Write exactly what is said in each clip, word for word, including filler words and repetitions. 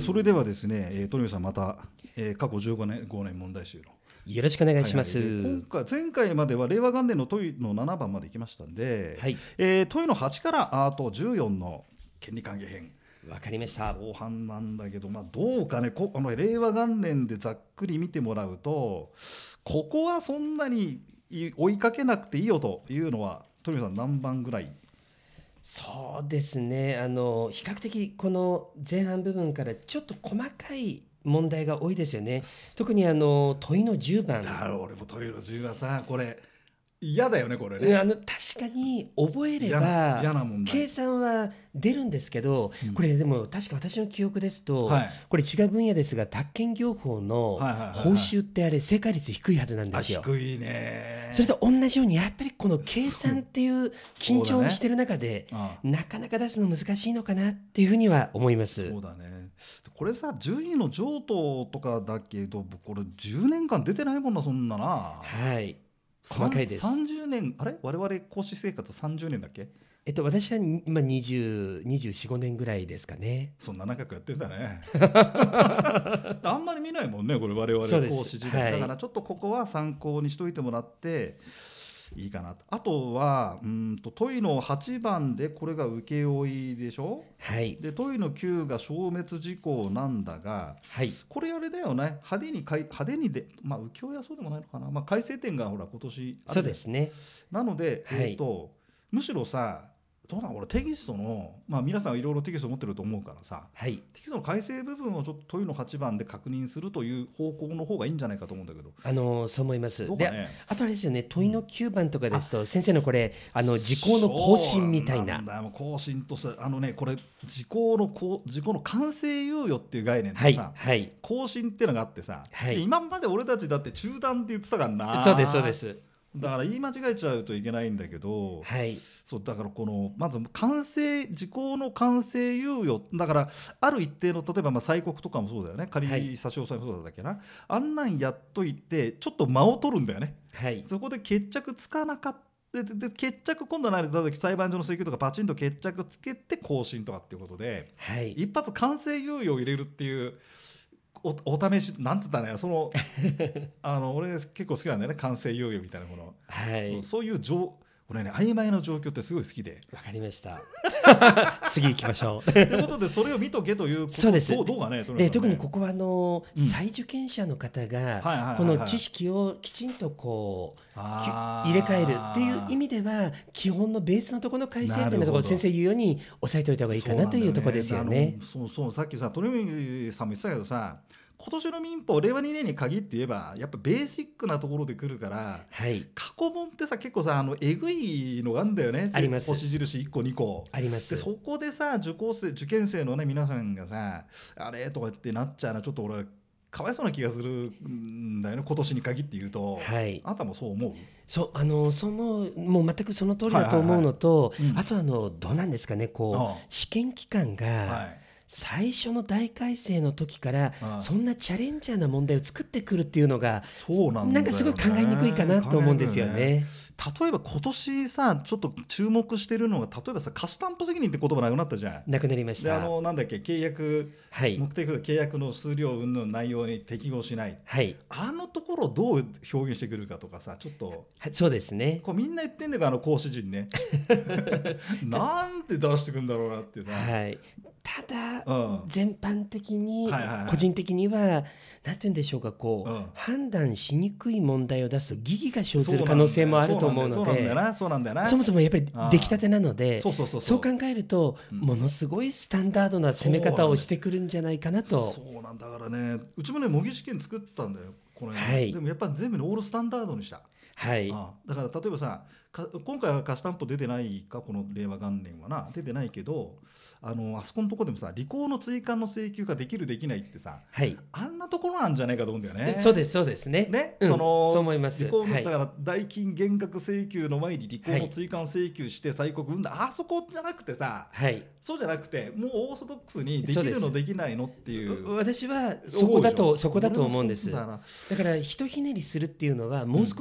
それではですね、えー、鳥海さんまた、えー、過去じゅうごねんごねん問題集のよろしくお願いします。 はいはい、今回前回までは令和元年の問いのななばんまで行きましたんで、はい、えー、問いのはちからあとじゅうよんの権利関係編わかりました。 後半なんだけど、まあ、どうかね、こあの令和元年でざっくり見てもらうと、ここはそんなに追いかけなくていいよというのは鳥海さん何番ぐらい？ そうですね、あの比較的この前半部分からちょっと細かい問題が多いですよね。特にあの問いのじゅうばん。 だから俺も問いのじゅうばんさ、これ嫌だよねこれね。 あの確かに覚えれば計算は出るんですけど、うん、これでも確か私の記憶ですと、はい、これ違う分野ですが宅建業法の報酬ってあれ正解率低いはずなんですよ。 低いね。 それと同じようにやっぱりこの計算っていう緊張してる中で、ね、なかなか出すの難しいのかなっていうふうには思います。 そうだね。これさ順位の譲渡とかだけどこれじゅうねんかん出てないもんなそんなな。 はい、細かいです。 さんじゅうねん、あれ我々講師生活さんじゅうねんだっけ？ えっと私は今にじゅう、にじゅうよん、ごねんぐらいですかね。 そんな長くやってんだねあんまり見ないもんねこれ我々講師時代、はい、だからちょっとここは参考にしといてもらっていいかな。あとはうんと問いのはちばんでこれが請負でしょ、 はい、 で問いのきゅうが消滅事項なんだが、はい、これあれだよね、派手にかい派手にで、まあ請負はそうでもないのかな、まあ、改正点がほら今年ある。 そうですね。 なので、はい、えーとむしろさどうなん俺テキストの、まあ、皆さんいろいろテキスト持ってると思うからさ、はい、テキストの改正部分をちょっと問いのはちばんで確認するという方向の方がいいんじゃないかと思うんだけど。 あのそう思います。 ね、 であとあれですよね、問いのきゅうばんとかですと、うん、先生のこれあの時効の更新みたいな。 そうなんだよ、更新としてあのねこれ時効の時効の完成猶予っていう概念とさ、 はいはい、 更新っていうのがあってさ、はい、今まで俺たちだって中断って言ってたからな。 そうですそうです。 だから言い間違えちゃうといけないんだけど、 はい、 そうだからこのまず完成時効の完成猶予だからある一定の例えばまあ催告とかもそうだよね、仮差し押さえもそうだっけな、はい、あんなんやっといてちょっと間を取るんだよね、はい、そこで決着つかなかったでで決着今度は何で裁判所の請求とかパチンと決着つけて更新とかっていうことで、はい、一発完成猶予を入れるっていうお, お試しなんつったね、そのあの俺結構好きなんだよね、完成猶予みたいなもの、はい、そういう状俺ね曖昧な状況ってすごい好きで。 わかりました次行きましょうということでそれを見とけということ。 そうです。 どうどうがね、 で特にここはあの、うん、再受験者の方がこの知識をきちんとこう入れ替えるっていう意味では基本のベースのところの改正点のところを先生言うように押さえておいた方がいいかなというところですよね。 そうそう、さっきさ鳥海さんも言ってたけどさ、今年の民法令和にねんに限って言えばやっぱベーシックなところで来るから、はい、過去問ってさ結構さあのえぐいのがあるんだよね。 あります。 星印いっこにこあります。 でそこでさ受講生受験生のね皆さんがさあれとかってなっちゃうのはちょっと俺はかわいそうな気がするんだよね、今年に限って言うと、はい、あなたもそう思う？ そうあのそう思う、もう全くその通りだと思うのと、はいはいはい、あとあのどうなんですかね、こう試験期間が、はい最初の大改正の時からそんなチャレンジャーな問題を作ってくるっていうのがそうなんだよね、なんかすごい考えにくいかなと思うんですよね。 例えば今年さちょっと注目してるのが例えばさ貸し担保責任って言葉なくなったじゃん。 なくなりました。 であのなんだっけ契約、はい、目的で契約の数量云々の内容に適合しない、はい、あのところをどう表現してくるかとかさちょっと、 はい、そうですね、 こうみんな言ってんだからあの講師陣ねなんて出してくるんだろうなっていうね、 はい、ただ、うん、全般的に、はいはいはい、個人的にはなんて言うんでしょうかこう、うん、判断しにくい問題を出すと疑義が生じる可能性もあると思うので、そもそもやっぱり出来たてなので、そうそうそうそう、そう考えると、うん、ものすごいスタンダードな攻め方をしてくるんじゃないかなと。 そうなんだからね、うちもね模擬試験作ったんだよこの、はい、でもやっぱ全部オールスタンダードにした。はい、ああだから例えばさ今回は貸し担保出てないか、この令和元年はな出てないけど、あのあそこのところでもさ履行の追加の請求ができるできないってさ、はい、あんなところなんじゃないかと思うんだよね。 そうですそうですね、 ね、うん、そのそう思います。 履行の、はい、だから代金減額請求の前に履行の追加の請求して催告うんだ、はい、あそこじゃなくてさ、はい、そうじゃなくてもうオーソドックスにできるのできないのっていう、 私はそこだとそこだと思うんです。だからひとひねりするっていうのはもう少しあの、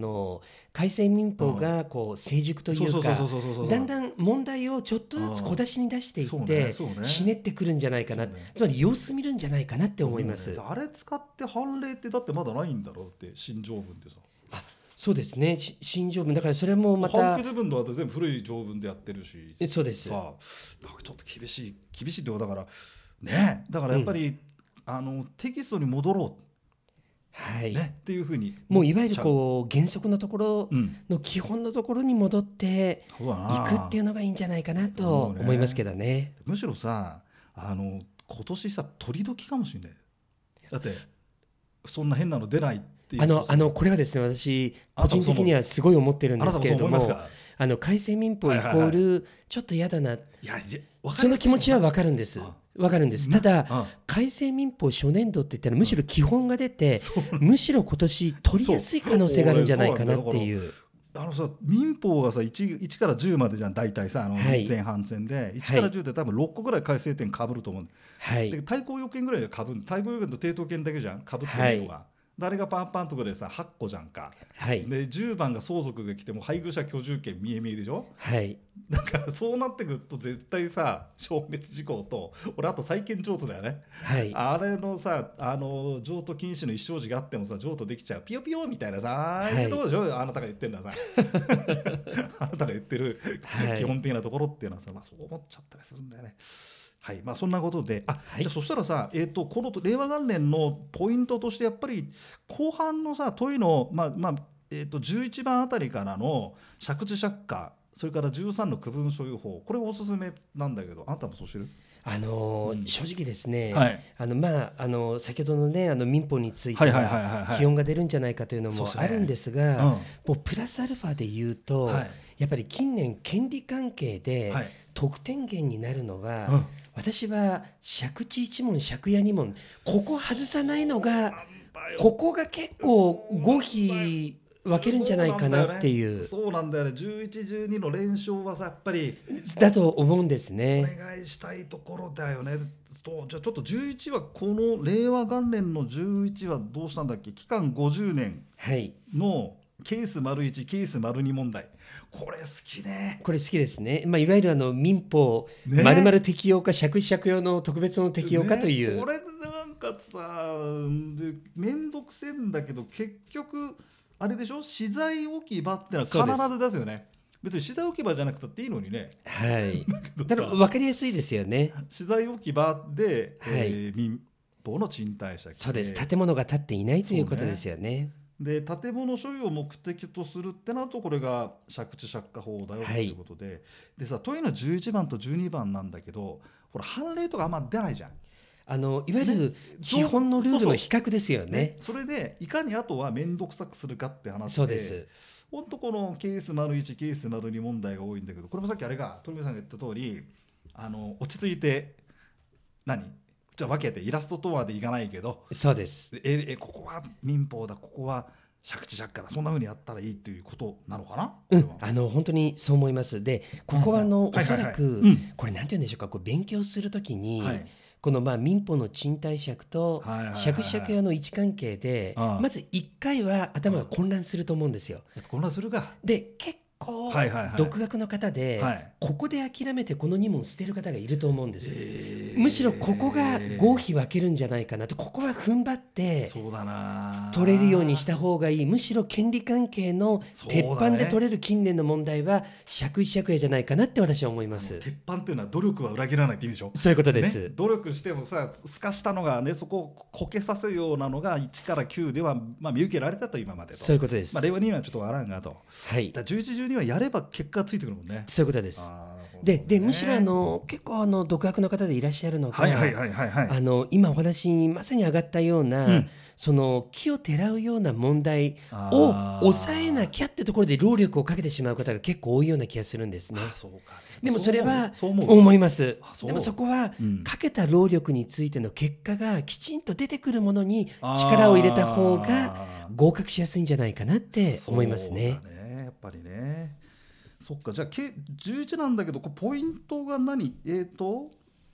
の改正民法がこう成熟というか、だんだん問題をちょっとずつ小出しに出していってひねってくるんじゃないかな、ね、つまり様子見るんじゃないかなって思います。 ね、あれ使って判例ってだってまだないんだろうって新条文でさ。 あ、そうですね、新条文だからそれもまた判決文とは全部古い条文でやってるし、 そうです。 さあちょっと厳しい厳しいってことだからね。だからやっぱり、うん、あのテキストに戻ろう、 はいね、っていうふうにもういわゆるこう原則のところの基本のところに戻っていくっていうのがいいんじゃないかなと思いますけどね。ね、 むしろさ、あの今年さ取り時かもしれない。だってそんな変なの出ないっていう。 あのあのこれはですね、私個人的にはすごい思ってるんですけれども、あの改正民法イコールちょっと嫌だな、いやその気持ちは分かるんです。分かるんです。ただ、うん、改正民法初年度って言ったらむしろ基本が出て、うん、むしろ今年取りやすい可能性があるんじゃないかなっていう。 あのさ民法がさ 1, いちからじゅうまでじゃん大体さ、あの前半戦で、はい、いちからじゅうって多分ろっこぐらい改正点かぶると思う、はい、で対抗要件ぐらいでかぶる、対抗要件と抵当権だけじゃんかぶってないのが、はい、誰がパンパンとかでさはっこじゃんか、はい、でじゅうばんが相続が来ても配偶者居住権見え見えでしょ、はい、だからそうなってくると絶対さ消滅事項と俺あと債権譲渡だよね、はい、あれのさあの譲渡禁止の一生児があってもさ譲渡できちゃうピヨピヨみたいなさ、ああいうところでしょ、はい、あなたが言ってるのはさあなたが言ってる、はい、基本的なところっていうのはさ、まあ、そう思っちゃったりするんだよね。はい、まあ、そんなことで、あ、はい、じゃあそしたらさ、えーと、この令和元年のポイントとしてやっぱり後半のさ問いの、まあまあえー、とじゅういちばんあたりからの借地借家、それからじゅうさんの区分所有法、これおすすめなんだけど、あなたもそうしてる？ あのーうん、正直ですね、はい、あのまあ、あの先ほどの、ね、あの民法については気温が出るんじゃないかというのもあるんですが、うん、もうプラスアルファで言うと、はい、やっぱり近年権利関係で得点源になるのは、はい、うん、私は借地いち問借家に問、ここ外さないのがここが結構合否分けるんじゃないかなっていう。 そうなんだよね。じゅういち、じゅうにの連勝はさやっぱりだと思うんですね。 お願いしたいところだよね。とじゃあちょっとじゅういちはこの令和元年のじゅういちはどうしたんだっけ、期間ごじゅうねんのケース ① ケース ②問題、これ好きね。 これ好きですね、まあ、いわゆるあの民法丸々適用か借地借用の特別の適用かという、 ね、これなんかさでめんどくせえんだけど結局あれでしょ、資材置き場ってのは必ず出すよね。別に資材置き場じゃなくたっていいのにね。 はい。だから分かりやすいですよね。 資材置き場で、はい、えー、民法の賃貸借。 そうです。建物が建っていないということですよね。 で建物所有を目的とするってなるとこれが借地借家法だよということで、はい、でさ問いのじゅういちばんとじゅうにばんなんだけど、ほら判例とかあんま出ないじゃん。 あのいわゆる基本のルールの比較ですよね。 ね、それでいかにあとは面倒くさくするかって話で、 そうです。 本当このケース ①、ケース ②問題が多いんだけど、これもさっきあれが鳥海さんが言った通り、あの落ち着いて何じゃあ分けてイラストとはでいかないけど、 そうです。 ええここは民法だ、ここは借地借家だ、そんな風にやったらいいということなのかな。 うん、あの本当にそう思います。でここはあの、うん、おそらくこれなんて言うんでしょうか、こう勉強するときに、はい、このまあ民法の賃貸借と借地借家の位置関係でまずいっかいは頭が混乱すると思うんですよ。 混乱するか。 で結構独学の方でここで諦めてこのに問捨てる方がいると思うんです。えー、むしろここが合否分けるんじゃないかなと、ここは踏ん張って取れるようにした方がいい。むしろ権利関係の鉄板で取れる近年の問題は借地借家じゃないかなって私は思います。 鉄板っていうのは努力は裏切らないって意味でしょ。 そういうことです、 ね、努力してもさ透かしたのがね、そこをこけさせるようなのがいちからきゅうでは、まあ、見受けられたと今までと。 そういうことです。 まあ、令和にはちょっとあらんがと、はい、だじゅういち、じゅうにはやれば結果がついてくるもんね。 そういうことです。で, でむしろあの結構あの独学の方でいらっしゃるのが、あの今お話にまさに上がったような、うん、その木をてらうような問題を抑えなきゃってところで労力をかけてしまう方が結構多いような気がするんですね。 あそうか。 でもそれは思います。でもそこはかけた労力についての結果がきちんと出てくるものに力を入れた方が合格しやすいんじゃないかなって思いますね。 そうだね、やっぱりね。そっか、じゃあじゅういちなんだけどこれポイントが何、えーと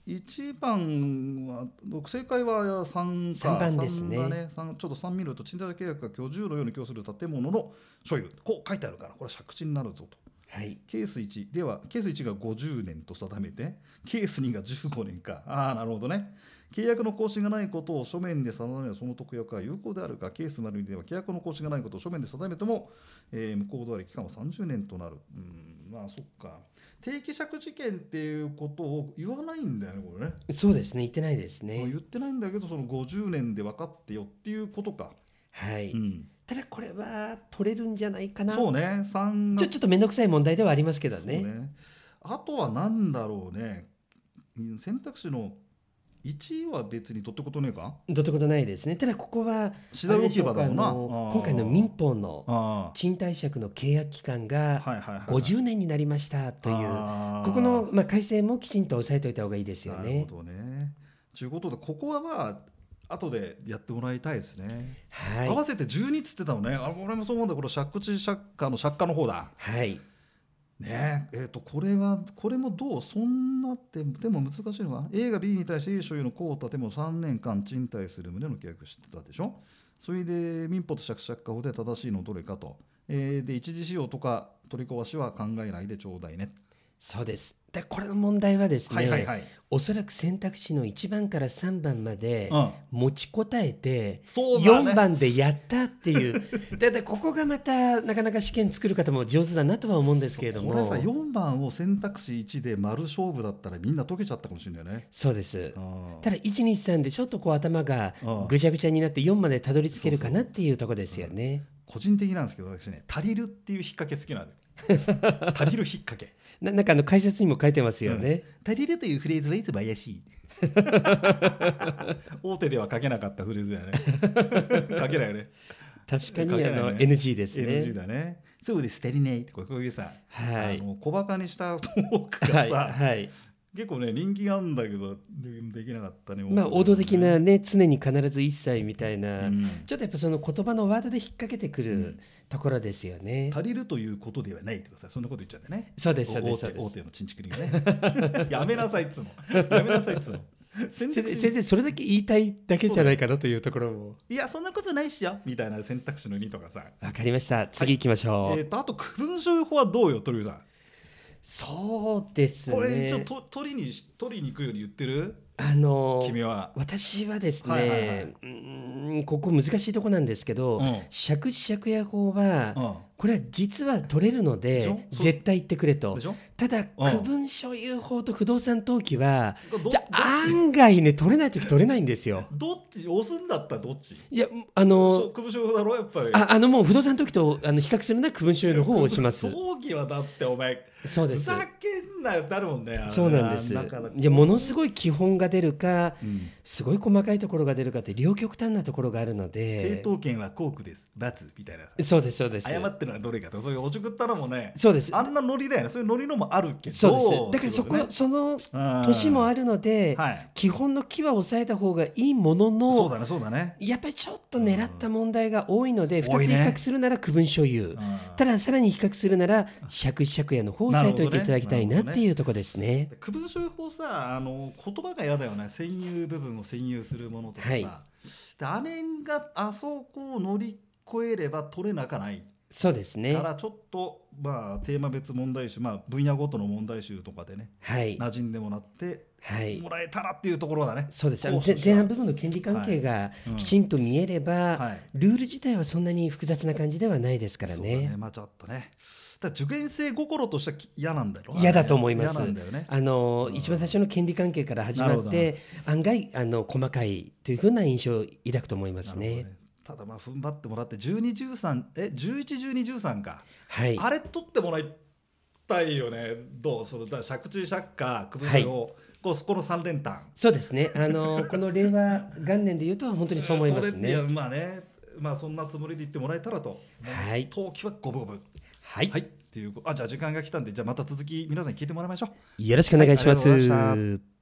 いちばんは正解はさんか、 さんばんですね。 さんだね。ちょっとさん見ると賃貸契約が居住のように供する建物の所有、こう書いてあるからこれは借地になるぞと。 はい、 ケースいちではケースいちがごじゅうねんと定めてケースにがじゅうごねんか。ああなるほどね。契約の更新がないことを書面で定めるその特約は有効であるか、ケースにでは契約の更新がないことを書面で定めても、えー、無効であり期間はさんじゅうねんとなる。うんまあそっか。定期借地権っていうことを言わないんだよねこれね。 そうですね、言ってないですね。 言ってないんだけどそのごじゅうねんで分かってよっていうことか。 はい、 うん、 ただこれは取れるんじゃないかな。 そうね。さんちょ、ちょっと面倒くさい問題ではありますけど ね, ね。あとは何だろうね。選択肢のいちいは別に取ってことねえか。 取ってことないですね。ただここは資材置き場だもんな。 今回の民法の賃貸借の契約期間がごじゅうねんになりましたというここのまあ改正もきちんと押さえておいた方がいいですよね。 なるほどね。ということでここはまあ後でやってもらいたいですね。はい、合わせてじゅうにっつってたのね。あ俺もそう思うんだ。この借地借家の借家の方だ。 はいねえー、とこれはこれもどうそんなってでも難しいのは A が B に対して A 所有の公建物さんねんかん賃貸する旨の契約してたでしょ。それで民法と借地借家法で正しいのどれかと、えー、で一時使用とか取り壊しは考えないでちょうだいね。 そうです。でこれの問題はですね、 はいはいはい、 おそらく選択肢のいちばんからさんばんまで持ちこたえて、 うんね、 よんばんでやったっていうだってここがまたなかなか試験作る方も上手だなとは思うんですけれども、 これさよんばんを選択肢いちで丸勝負だったらみんな解けちゃったかもしれないね。 そうです。ただいちにさんでちょっとこう頭がぐちゃぐちゃになってよんまでたどり着けるかなっていうところですよね。 そうそう個人的なんですけど私ね足りるっていう引っ掛け好きなの足りる引っ掛けな, なんかあの解説にも書いてますよね、 うん、足りるというフレーズはいつも怪しい大手では書けなかったフレーズだよね書けないよね。 確かにあの エヌジー ですね。 エヌジー だね。そうです足りないってこういうさ、 はい、 あの小バカにしたトークがさ、 はいはい、 結構ね人気があるんだけどできなかったね。 まあ王道的なね常に必ず一切みたいな、うん、ちょっとやっぱその言葉のワードで引っ掛けてくる、うんところですよね。 足りるということではないとかさそんなこと言っちゃってね。 そうですそうです大手、大手のチンチクリがねやめなさいっつうのやめなさいっつうの先生それだけ言いたいだけじゃないかなというところもいやそんなことないっしょみたいな選択肢のにとかさ。 わかりました。次行きましょう。はい、 えー、とあと区分所有法はどうよ鳥海さん。 そうですね。 これ一応と取りに取りに行くように言ってる。 あのー、 君は。 私はですね、はいはいはい、うーんここ難しいとこなんですけど、うん、借地借家法は、うん、これは実は取れるので絶対言ってくれと。ただ、うん、区分所有法と不動産登記はじゃ案外ね取れないとき取れないんですよ。 どっち押すんだったらどっち。いやあの区分所有法だろやっぱり。 ああのもう不動産登記とあの比較するなら区分所有の方を押します。 登記はだってお前そうです。 ふざけんなよってあるもんね。 そうなんです。いやものすごい基本が出るか、うん、すごい細かいところが出るかって両極端なところがあるので。 抵当権は公区です×みたいな。 そうですそうです。 謝ってるのはどれかとそういうおちくったのもね。 そうです。 あんなノリだよね。そういうノリのもあるけど。 そうです。だからそこ、ね、その年もあるので、はい、基本の木は抑えた方がいいものの。 そうだねそうだね。 やっぱりちょっと狙った問題が多いので、ふたつ比較するなら区分所有、ね、たださらに比較するなら借地借家の方を押さえておいていただきたいなっていうところですね。 区分所有法さあの言葉が嫌だよね。占有部分を占有するものとかさ、はい、であれがあそこを乗り越えれば取れなかない。 そうですね。 だからちょっと、まあ、テーマ別問題集、まあ、分野ごとの問題集とかでね、はい、馴染んでもらって、はい、もらえたらっていうところだね。 そうです。前半部分の権利関係がきちんと見えれば、はいうんはい、ルール自体はそんなに複雑な感じではないですからね。そうだね、まあ、ちょっとねだ受験生心としては嫌なんだろう。 嫌だと思います。 ね、 あの、うん、一番最初の権利関係から始まって案外あの細かいというふうな印象を抱くと思いますね。 ただまあ踏ん張ってもらってじゅうに、じゅうさんえじゅういち、じゅうに、じゅうさんか、 はい、 あれ取ってもらいたいよね。どうそのだ借地借家区分所有を、はい、こうこのさん連単。 そうですね。あのこの令和元年でいうと本当にそう思いますね。 いやまあねまあそんなつもりで言ってもらえたらと。 はい。 登記は五分五分。 はい。 はい。っていうあじゃあ時間が来たんでじゃあまた続き皆さんに聞いてもらいましょう。 よろしくお願いします。 はい、ありがとうございました。